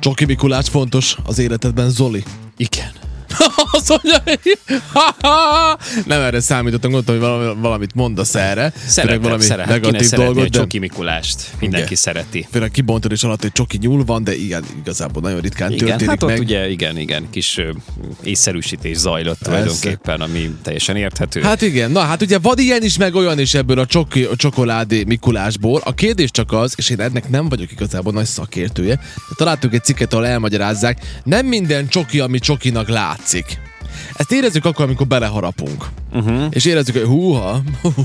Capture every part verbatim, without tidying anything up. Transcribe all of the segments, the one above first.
Csoki Mikulás fontos az életedben, Zoli. Igen. Azt mondja, nem erre számítottam, gondoltam, hogy valami, valamit mondasz erre. Szeretem, valami szeretem. negatív Kéne dolgot, a de... Csoki Mikulást. Mindenki igen. szereti. Főleg kibontod és alatt egy csoki nyúl van, de igen, igazából nagyon ritkán igen, történik hát ott meg. ugye, igen, igen, kis ö, észszerűsítés zajlott tulajdonképpen, ami teljesen érthető. Hát igen, na hát ugye van ilyen is, meg olyan is ebből a, csoki, a csokoládé Mikulásból. A kérdés csak az, és én ennek nem vagyok igazából nagy szakértője, de találtuk egy cikket, ahol elmagyarázzák, nem minden csoki, ami csokinak látszik. Ezt érezzük akkor, amikor beleharapunk. Uh-huh. És érezzük, hogy húha,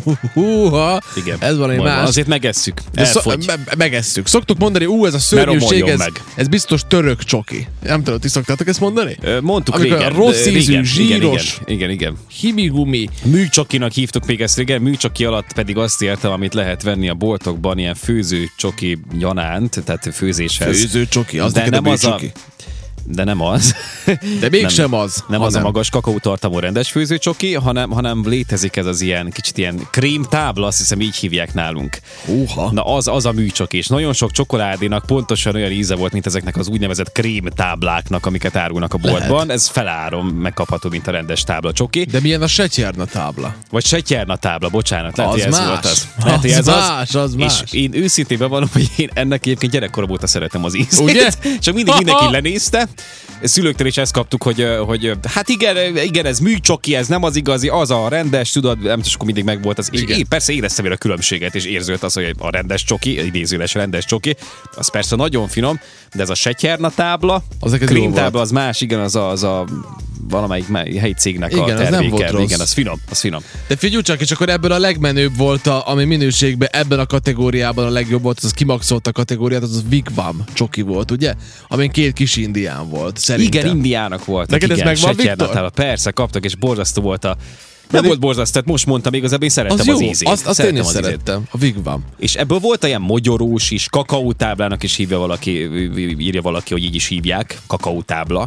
húha, igen. Ez valami Majd más. Azért megesszük, elfogy. Szо- me- megesszük. Szoktuk mondani, ú, ez a szörnyűség, ez, meg. ez biztos török csoki. Nem tudom, ti szoktátok ezt mondani? Ö, mondtuk amikor régen. Rossz ízű, régen, zsíros, igen, igen, igen. himigumi. Műcsokinak hívtuk még ezt régen, műcsoki alatt pedig azt értem, amit lehet venni a boltokban, ilyen főző csoki gyanánt, tehát főzéshez. Főző csoki, az de neked nem a az a, csoki. De nem az. De mégsem az. Nem az a magas kakaótartalmú rendes főzőcsoki, hanem, hanem létezik ez az ilyen kicsit ilyen krémtábla, azt hiszem így hívják nálunk. Húha. Na az, az a műcsoki, és nagyon sok csokoládénak pontosan olyan íze volt, mint ezeknek az úgynevezett krémtábláknak, amiket árulnak a boltban. Lehet. Ez feláron megkapható, mint a rendes tábla csoki. De milyen a setyerna tábla? Vagy setyerna tábla, bocsánat. Lehet, az hogy ez más. volt az. Lehet, az, ez más, az és más. És én őszintén bevallom, hogy én ennek egyébként gyerekkorom óta szeretem az ízét. Ugye? Csak mindig mindenki lenézte. Szülőktől is ezt kaptuk, hogy, hogy hát igen, igen, ez műcsoki, ez nem az igazi, az a rendes, tudod, nem tudom, akkor mindig megvolt az. És én persze éreztem a különbséget, és érződött az, hogy a rendes csoki, idézőles rendes csoki, az persze nagyon finom, de ez a setyerna tábla, a krémtábla az más, igen, az a, az a valamelyik helyi cégnek igen, a terméke. Igen, az finom, az finom. De figyelj csak, és akkor ebből a legmenőbb volt, a, ami minőségben ebben a kategóriában a legjobb volt, az kimaxolt a kategóriát, az az Wigwam csoki volt, ugye? Amin két kis indián volt, szerintem. Igen, indiának volt. Neked ez megvan, Viktor? Persze, kaptak, és borzasztó volt a... Nem de volt borzasztó, tehát most mondtam, igazából én szerettem az, az jó, ízét. Azt, azt szerettem én is az szerettem, ízét. A Wigwam. És ebből volt olyan mogyorós is, kakaótáblának is hívja valaki, írja valaki, hogy így is hívják, kakaótábla.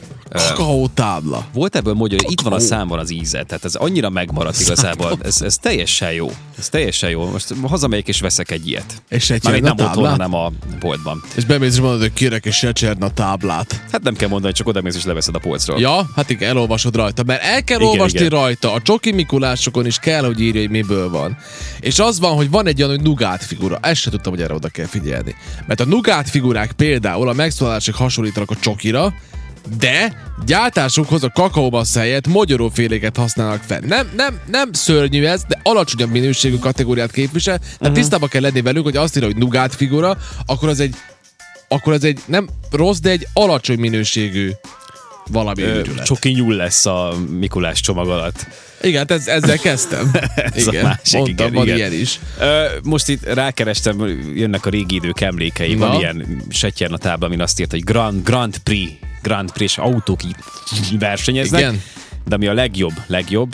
Kakaótábla. Volt ebből magyar, Kakaó. Itt van a számban az íze, tehát ez annyira megmaradt igazából. Ez, ez teljesen jó. Ez teljesen jó. Most hazamegyek és veszek egy ilyet. És setyerna nem otthon, hanem a boltban. És bemész és mondod, hogy kérek egy setyerna táblát. Hát nem kell mondani, csak odamész és leveszed a polcról. Ja, hát igen, elolvasod rajta, mert el kell igen, olvasni igen. rajta. A csoki Mikulásokon is kell, hogy írja, hogy miből van. És az van, hogy van egy olyan, hogy nugát figura. Ezt sem tudtam, hogy erre oda kell figyelni. Mert a nugát figurák például a megszólalásig hasonlítanak a csokira, de gyártásukhoz a kakaóbassz helyett mogyoróféléket használnak fel. Nem, nem, nem szörnyű ez, de alacsonyabb minőségű kategóriát képvisel. Tehát uh-huh. tisztában kell lenni velük, hogy azt írja, hogy nugát figura, akkor az egy, akkor az egy nem rossz, de egy alacsony minőségű valami ügyület. Csoki nyúl lesz a Mikulás csomag alatt. Igen, ez, ezzel kezdtem. ez igen, a másik, mondtam, igen, van igen. ilyen is. Ö, most itt rákerestem, jönnek a régi idők emlékei. Na. Van ilyen setyerna tábla, amin azt írt, hogy Grand, Grand Prix, Grand Prix, és autók így versenyeznek. Igen. De ami a legjobb, legjobb,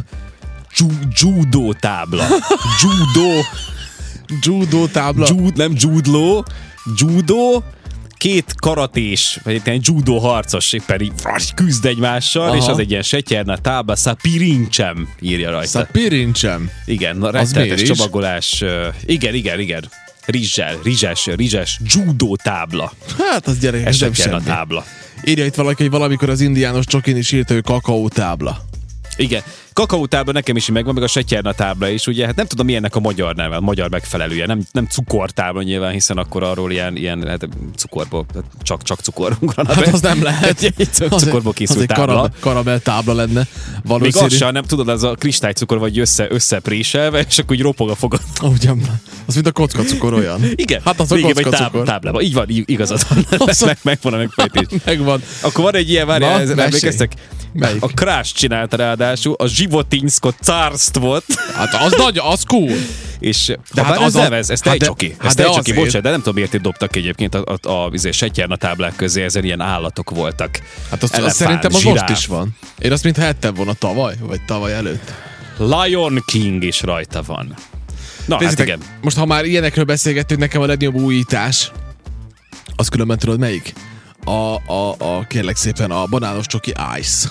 judo tábla. Judo. Judo tábla. Judo, nem judló, judo. Két karatés, vagy egy judo harcos éppen így küzd egymással, aha. És az egy ilyen setyerna tábla, szapirincsem írja rajta. Szapirincsem? Igen, a rettenetes csomagolás. Igen, igen, igen. Rizssel, rizses, rizses judo tábla. Hát az gyerekek, ez setyerna tábla. Írja itt valaki, hogy valamikor az indiános csokin is írta, hogy kakaó tábla. Igen. Kakaótábla nekem is megvan, meg a setyerna tábla is, ugye, hát nem tudom milyennek a magyar neve, a magyar megfelelője, nem, nem cukortábla nyilván, hiszen akkor arról ilyen, ilyen hát cukorból, csak, csak cukor ugrana hát be. Az nem lehet. Cukorból készült az egy tábla. Karamell, karamell tábla lenne. Még az sem, nem tudod, az a kristálycukor vagy össze, összepréselve, és akkor úgy ropog a fogad. Ugyan, az mint a kockacukor olyan. Igen, hát az a kockacukor. Táb, táblában, így van, igazad van, meg, megvan a megfejtés. Megvan. Akkor van egy ilyen, várjál, emlékeztek? Melyik? A Crash csinálta ráadásul a Zsivotinszko cársztvot. Hát az nagy, az cool. És, de hát az nem, ez, ez hát tejcsoki. Ez hát tejcsoki, bocsánat, de nem tudom miért itt dobtak egyébként a, a, a, a setyerna táblák közé, ezen ilyen állatok voltak. Hát azt, Elefánt, azt szerintem az zsiráf. Most is van. Én azt mintha ettem volna tavaly, vagy tavaly előtt. Lion King is rajta van. Na, Nézzétek, hát igen. Most ha már ilyenekről beszélgettünk, nekem a legnagyobb újítás, az különben tudod melyik? A, a, a kérlek szépen a banános csoki Ice.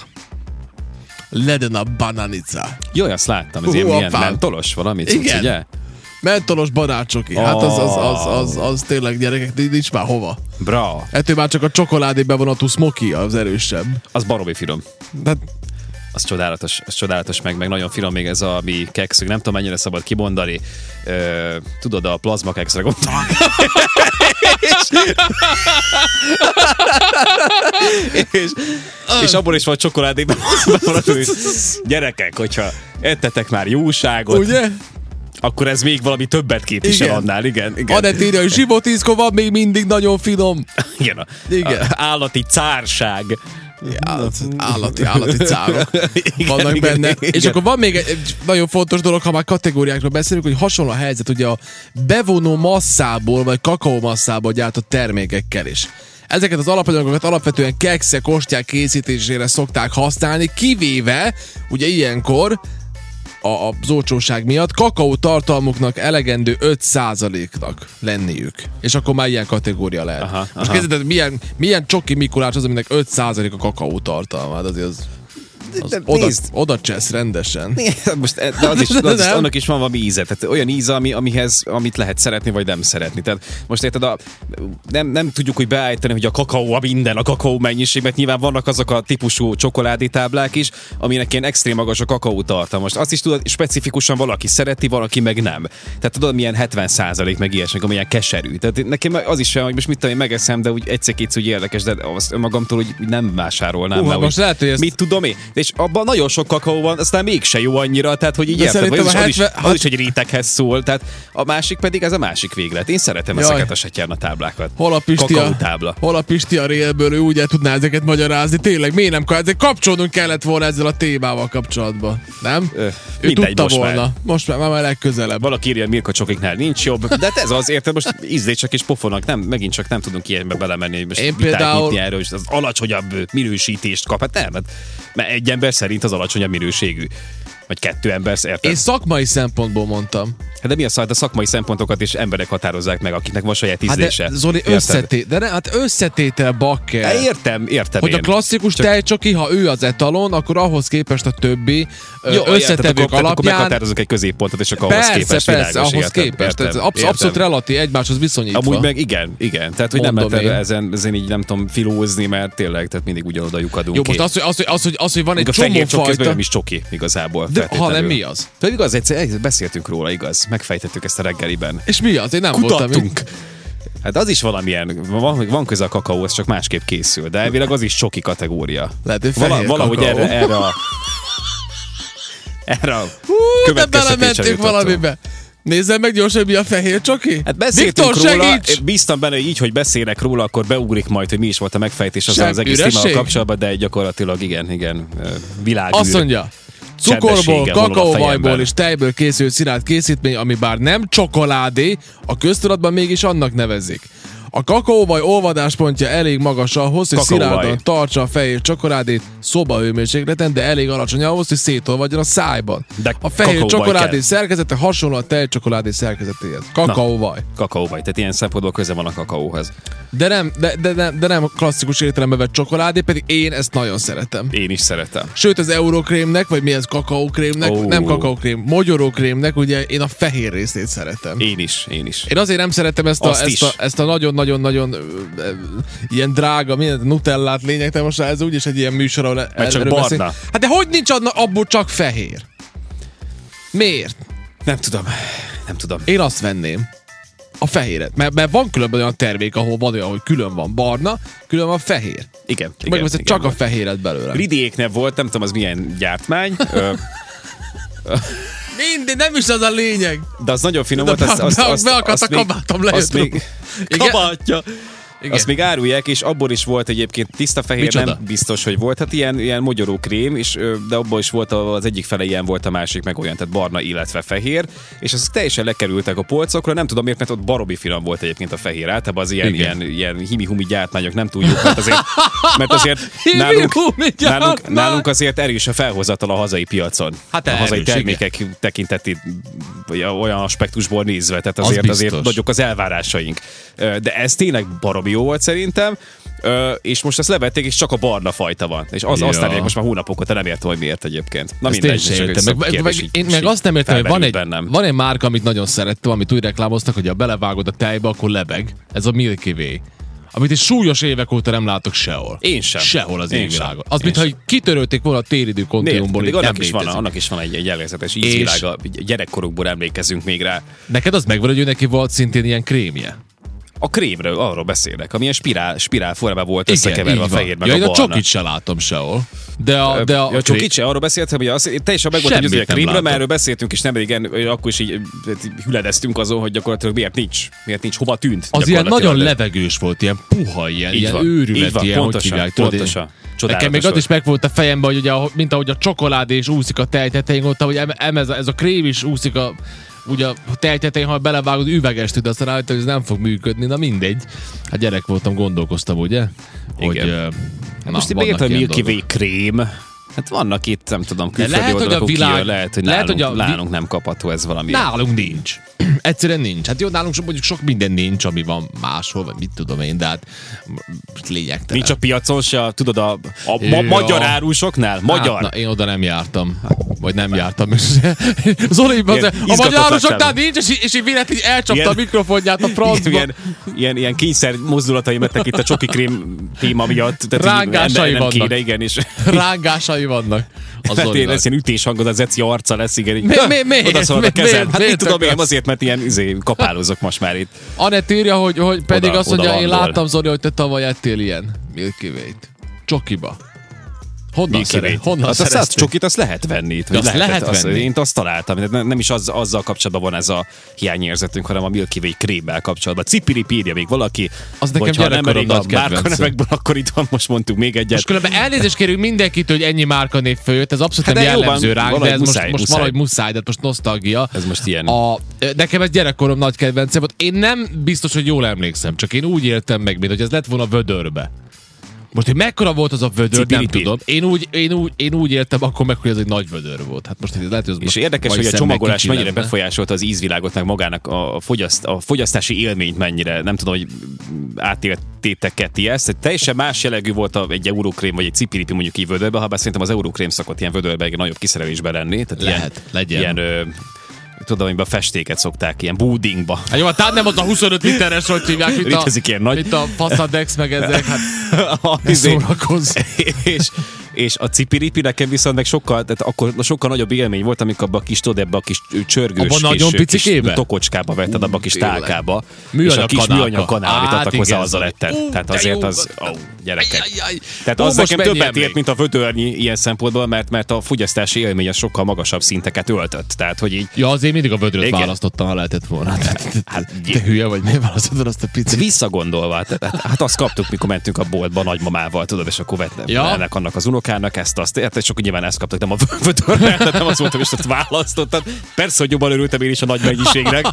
Ledena bananica. Jó, azt láttam, ez uh, ilyen, ilyen mentolos valamit, igen. Ugye? Mentolos barátcsoki. Hát az, az, az, az, az tényleg, gyerekek, nincs már hova. Bra. Ettől már csak a csokoládé bevonatú smoky az erősebb. Az baromi finom. De... Az csodálatos, az csodálatos, meg, meg nagyon finom még ez a mi kekszünk. Nem tudom, mennyire szabad kimondani. Ö, tudod, a plazma kekszre gondolok. és, és, és abból is van csokoládében. Gyerekek, hogyha ettetek már jóságot, ugye? Akkor ez még valami többet képvisel igen. annál, igen. igen. Anett írja, hogy zsibotízko van még mindig nagyon finom. Igen, a, igen. A állati cárság. Ja, állati, állati cárok igen, vannak igen, benne. Igen. És akkor van még egy nagyon fontos dolog, ha már kategóriákról beszélünk, hogy hasonló a helyzet ugye a bevonó masszából, vagy kakaómasszából gyártott termékekkel is. Ezeket az alapanyagokat alapvetően kekszek, ostyák készítésére szokták használni, kivéve ugye ilyenkor a, az olcsóság miatt kakaó tartalmuknak elegendő öt százaléknak lenniük. És akkor már ilyen kategória lehet. Aha, Most kezdeted, milyen, milyen csoki Mikulás az, aminek öt százalék a kakaó tartalma. Hát azért az, az oda, oda csesz rendesen. Most, de az is, az is, annak is van valami íze. Tehát olyan íze, ami, amihez, amit lehet szeretni, vagy nem szeretni. Tehát most érted, a, nem, nem tudjuk úgy beállítani, hogy a kakaó a minden, a kakaó mennyiség, mert nyilván vannak azok a típusú csokoládétáblák is, aminek ilyen extrém magas a kakaó tartalma. Most azt is tudod, specifikusan valaki szereti, valaki meg nem. Tehát tudod, milyen hetven százalék meg ilyesmi, amilyen keserű. Tehát nekem az is olyan, hogy most mit tudom, én megeszem, de úgy egyszer-kétszer úgy érdekes, de azt magamtól úgy nem vásárolnám. Uh, most lehet, hogy ezt... Mit tudom én? És abban nagyon sok kakaó van, aztán mégse jó annyira, tehát hogy így érted, vagy az, hetven... az, is, az is egy réteghez szól, tehát a másik pedig ez a másik véglet. Én szeretem Jaj. ezeket a setyerna táblákat. Hol a Pisti a, hol a, Pisti a rélből, ő úgy el tudná ezeket magyarázni, tényleg miért nem kell, ezek kapcsolódnunk kellett volna ezzel a témával kapcsolatban, nem? Ö, ő tudta most volna. Már. Most már, már legközelebb. Valaki írja, Mirka csokiknál nincs jobb, de ez az érted, most ízlécsek és pofonak, nem, megint csak nem tudunk ilyenbe belemenni, hogy most Én például... erről, hogy az alacsonyabb minősítést kap, hát nem, mert egy ember szerint az alacsonyabb minőségű. Vagy kettő ember, érted? Én szakmai szempontból mondtam. Hát de mi a szaj, a szakmai szempontokat is emberek határozzák meg, akiknek van saját ízlése. Hát de Zoli, összetét, de ne, hát összetétel bakker. Hát értem, értem Hogy én. a klasszikus Csak... tejcsoki, ha ő az etalon, akkor ahhoz képest a többi Jó, összetevők érted, alapján... Akkor meghatározunk egy középpontot, és akkor persze, ahhoz képest persze, világos. ahhoz értem, képest. Értem, absz- értem. Abszolút relatív, egymáshoz viszonyítva. Amúgy meg igen, igen. Tehát, hogy Mondom nem lehet ezen, ezen így nem tudom filózni, mert tényleg, tehát mindig ugyanoda lyukadunk. Jó, most az, hogy, az, hogy, az, hogy, az, hogy van egy csomó fajta... nem is csoki igazából. Ha nem, mi az? De igaz, egyszer beszéltünk róla, igaz? Megfejtettük ezt a reggeliben. És mi az? Én nem voltam. Hát az is valamilyen, van, van köze a kakaóhoz, csak másképp készül, de elvileg az is csoki kategória. Lehet, hogy fehér Vala, Valahogy erre, erre a... Erre a Hú, de belementünk valamibe. Nézzem meg gyorsan, mi a fehér csoki. Hát beszéltünk Viktor, róla, segíts! Bíztam benne, hogy így, hogy beszélek róla, akkor beugrik majd, hogy mi is volt a megfejtés az, az egész témával kapcsolatban, de gyakorlatilag igen, igen, világűr. Azt mondja, cukorból, kakaóvajból és tejből készült szilárd készítmény, ami bár nem csokoládé, a köztudatban mégis annak nevezik. A kakaóvaj olvadáspontja elég magas ahhoz, hogy szilárdan tartsa a fehér csokoládét szobahőmérsékleten, de elég alacsony ahhoz, hogy szétolvadjon a szájban. De a fehér csokoládé szerkezete hasonló a tejcsokoládé szerkezetéhez. Kakaóvaj. Kakaóvaj, tehát ilyen szempontból köze van a kakaóhoz. De nem, de, de, de, de nem klasszikus értelemben vett csokoládé, pedig én ezt nagyon szeretem. Én is szeretem. Sőt, az eurókrémnek, vagy mi ez, kakaókrémnek, oh. nem kakaókrém, mogyorókrémnek, ugye én a fehér részét szeretem. Én is, én is. Én azért nem szeretem ezt a, ezt a, ezt a nagyon nagyon-nagyon ilyen drága, milyen nutellát lényegtelen, most ez úgyis egy ilyen műsor, ahol Mert csak barna. Beszél. Hát de hogy nincs abból csak fehér? Miért? Nem tudom. Nem tudom. Én azt venném. A fehéret. Mert, mert van különben olyan termék, ahol van olyan, hogy külön van barna, külön van fehér. Igen. Megveszed csak van. A fehéret belőle. Ridiéknél volt, nem tudom, az milyen gyártmány. Mindig, nem is az a lényeg. De az nagyon finom volt. Azt, azt, azt, beakadt a kabátom, lejöttem. Kabátja. Igen. Azt még árulják, és abból is volt egyébként tiszta fehér, Micsoda? Nem biztos, hogy volt. Hát ilyen, ilyen mogyoró krém, és, de abból is volt az egyik fele ilyen volt, a másik meg olyan, tehát barna, illetve fehér, és azok teljesen lekerültek a polcokra, nem tudom miért, mert ott baromi finom volt egyébként a fehér. Általában az ilyen, ilyen, ilyen himi-humi gyártmányok nem tudjuk, mert azért, mert azért nálunk, nálunk, nálunk azért erős a felhozatal a hazai piacon. Hát a erős, hazai termékek igen. tekinteti olyan aspektusból nézve, tehát azért, az azért nagyok az elvárásaink. De ez tényleg baromi jó volt szerintem. Ö, és most ezt levették, és csak a barna fajta van. És az, Ja. aztán most már hónapok óta nem értem, hogy miért egyébként. Na Ezt mindegy, én sem csak értem. egy Meg, kérdés meg, így- én meg így azt nem értem, hogy van egy, felmerült bennem. van egy márka, amit nagyon szerettem, amit úgy reklámoztak, hogy ha belevágod a tejbe, akkor lebeg. Ez a Milky Way. Amit is súlyos évek óta nem látok sehol. Én sem. Sehol az Én égvilágon. sem. Az, Én mintha sem. így kitörölték volna a téridő Miért? kontinuumból. Pedig így nem annak is, van, létezik. annak is van egy, egy előzetes ízvilága, gyerekkorukból emlékezünk még rá. Neked az megvan, hogy ő neki volt szintén ilyen krémje? A krémről, arról beszélek, amilyen spirál, spirál formában volt összekeverve a így van. fehér meg Ja, a én a barna. csokit se látom sehol. De a, de a, ja, csak kicsi, arról beszéltem, hogy az, teljesen meg voltam Semmit győződve a nem krémről, látok. mert erről beszéltünk, és nem régen, akkor is így hüledeztünk azon, hogy gyakorlatilag miért nincs, miért nincs, hova tűnt. az ilyen gyakorlatilag. nagyon levegős volt, ilyen puha, ilyen, Így ilyen van, így őrület, van, ilyen, hogy pontosan, hívják, tudod, pontosan. én- Csodálatos Nekem még az volt. is meg volt a fejemben, hogy ugye, ahogy- mint ahogy a csokoládé és úszik a tejtetején, ott, ahogy em, em, ez, a, ez a krém is úszik a ugye a tejtetején, ha belevágod, üveges tud, aztán rájött, hogy ez nem fog működni, na mindegy. Hát gyerek voltam, gondolkoztam, ugye? Hogy, Igen. ö, na, Most vannak miért a ilyen Milky dolgok. Way krém? Hát vannak itt, nem tudom, külföldi lehet, hogy a oldalakon világ- kijön, lehet, hogy lehet, nálunk, hogy a vi- nálunk nem kapható ez valami. Nálunk nincs. Egyszerűen nincs. Hát jó, nálunk so- mondjuk sok minden nincs, ami van máshol, vagy mit tudom én, de hát most lényegtelen. Nincs a piacon se, tudod, a, a ma- Ja. magyar árusoknál? Magyar? Hát, na, én oda nem jártam. Vagy nem jártam. Zoli, az, Ilyen a izgatott magyarosoknál lettem. nincs, és, és így véletlenül elcsapta Ilyen- a mikrofonját a francba. Ilyen, ilyen, ilyen kényszer mozdulatai mentek itt a csoki krém téma miatt. Tehát így Rángásai nem vannak. Kéne, igen, és Rángásai vannak. Az hát én lesz ilyen ütéshangod, az Eci arca lesz, igen. Így, Mi- mi- miért? Oda szólod a Mi- kezem. miért- Hát miért mit tudom én, akarsz? azért, mert ilyen izé, kapálózok most már itt. Anett írja, hogy, hogy pedig Oda- azt mondja, oda én landol. láttam, Zoli, hogy te tavaly ettél ilyen Milky Way-t. Csokiba. Honnan, Milky szeret, Way. honnan Hát azt, azt szereztél? csokit azt lehet venni itt. De azt lehet azt, venni? Én azt találtam. De nem, nem is az, azzal kapcsolatban van ez a hiányérzetünk, hanem a Milky Way krémmel kapcsolatban. Cipirip írja még valaki. Az nekem Hogyha nem gyerekkorom elég a nagy kedvencem. márkanevekből, akkor itt van, most mondtuk még egyet. Most különben elnézést kérünk mindenkitől, hogy ennyi márkanév följött, ez abszolút Hát nem de jó van, jellemző ránk, de valahogy ez most, muszáj, most muszáj. valahogy muszáj, de most nosztalgia. Ez most ilyen. A, nekem ez gyerekkorom nagy kedvencem volt. Én nem biztos, hogy jól emlékszem, csak én úgy éltem meg, mint hogy ez lett volna vödörbe. Most, hogy mekkora volt az a vödör, nem Cipiripi. tudom. Én úgy, én, úgy, én úgy éltem akkor meg, hogy ez egy nagy vödör volt. Hát most ez lehet, hogy ez És most érdekes, mai hogy a szemmel csomagolás kicsi mennyire lenne. befolyásolta az ízvilágot, meg magának a, fogyaszt, a fogyasztási élményt mennyire. Nem tudom, hogy átéltétek ti ezt. Egy teljesen más jellegű volt a, egy eurókrém, vagy egy cipiripi mondjuk így vödörbe, ha szerintem az eurókrém szokott ilyen vödörbe egy nagyobb kiszerelésbe lenni. Tehát Lehet, legyen. ilyen, ilyen ö, tudom, amiben a festéket szokták, ilyen búdingba. Hát jó, tehát nem az a huszonöt literes, hogy hívják, mint a, Létezik ilyen nagy. mint a Fasadex, meg ezek, hát ne Izé- szórakozz. és, és a cipiripi nekem viszont meg sokkal, tehát akkor sokkal nagyobb élmény volt, amikor abba a kis, tudod, ebbe a kis csörgős, Abban kis, nagyon kis picikébe? tokocskába vetted, abba a kis tényleg. tálkába, Műanyag és a kis kanálka. műanyag kanál, amit Hát adtak hozzá, igen, azzal Zoli. letted. Ú, Tehát de azért jó. az, ó, gyerekek. Ajjajjaj. Tehát Ó, az most nekem mennyi többet emlék? ért, mint a vödörnyi ilyen szempontból, mert, mert a fogyasztási élmény az sokkal magasabb szinteket öltött. Tehát, hogy így Ja, azért mindig a vödröt Igen. választottam, ha lehetett volna. Hát, te igen. hülye vagy, miért választottad azt a de picit? visszagondolva, tehát, hát azt kaptuk, mikor mentünk a boltba nagymamával, tudod, és akkor vettem Ja. ennek annak az unokának ezt, azt, hát csak nyilván ezt kaptak, nem a vödörre, tehát nem azt mondtam, és azt választottam. Persze, hogy jobban örültem én is a nagy mennyiségnek,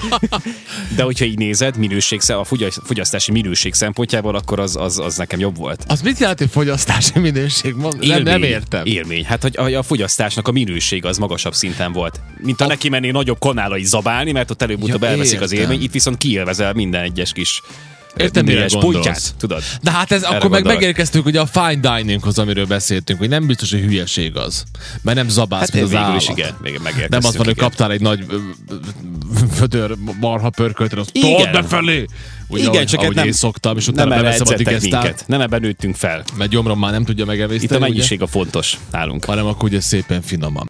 de hogyha így nézed, minőség, a fogyas- fogyasztási minőség szempontjából, akkor az, az, az nekem jobb volt. Az mit jelent, hogy fogyasztási minőség? Mond- Nem, nem értem. Élmény. Hát, hogy a, a fogyasztásnak a minőség az magasabb szinten volt. Mint ha neki menné nagyobb kanálai zabálni, mert ott előbb-utóbb Ja, elveszik az értem. élmény, itt viszont kiélvezel minden egyes kis Értem, mire üres gondolsz. pontját, tudod? De hát ez Erre akkor meg gondolok. megérkeztünk ugye a fine dininghoz, amiről beszéltünk, hogy nem biztos, hogy hülyeség az. Mert nem zabálsz, Hát mint az végül állat. is igen, még megérkeztünk. Nem az van, hogy igen. kaptál egy nagy ö, ö, vödör marha pörköltet, azt Igen. told befelé! Ugye, Igen, ahogy, csak ahogy nem, én szoktam, és nem utána erre beveszem a edzettek digesztát, minket. Nem ebben nőttünk fel. mert gyomrom már nem tudja megemészteni, Itt a ugye? mennyiség a fontos nálunk. hanem akkor ugye szépen finoman.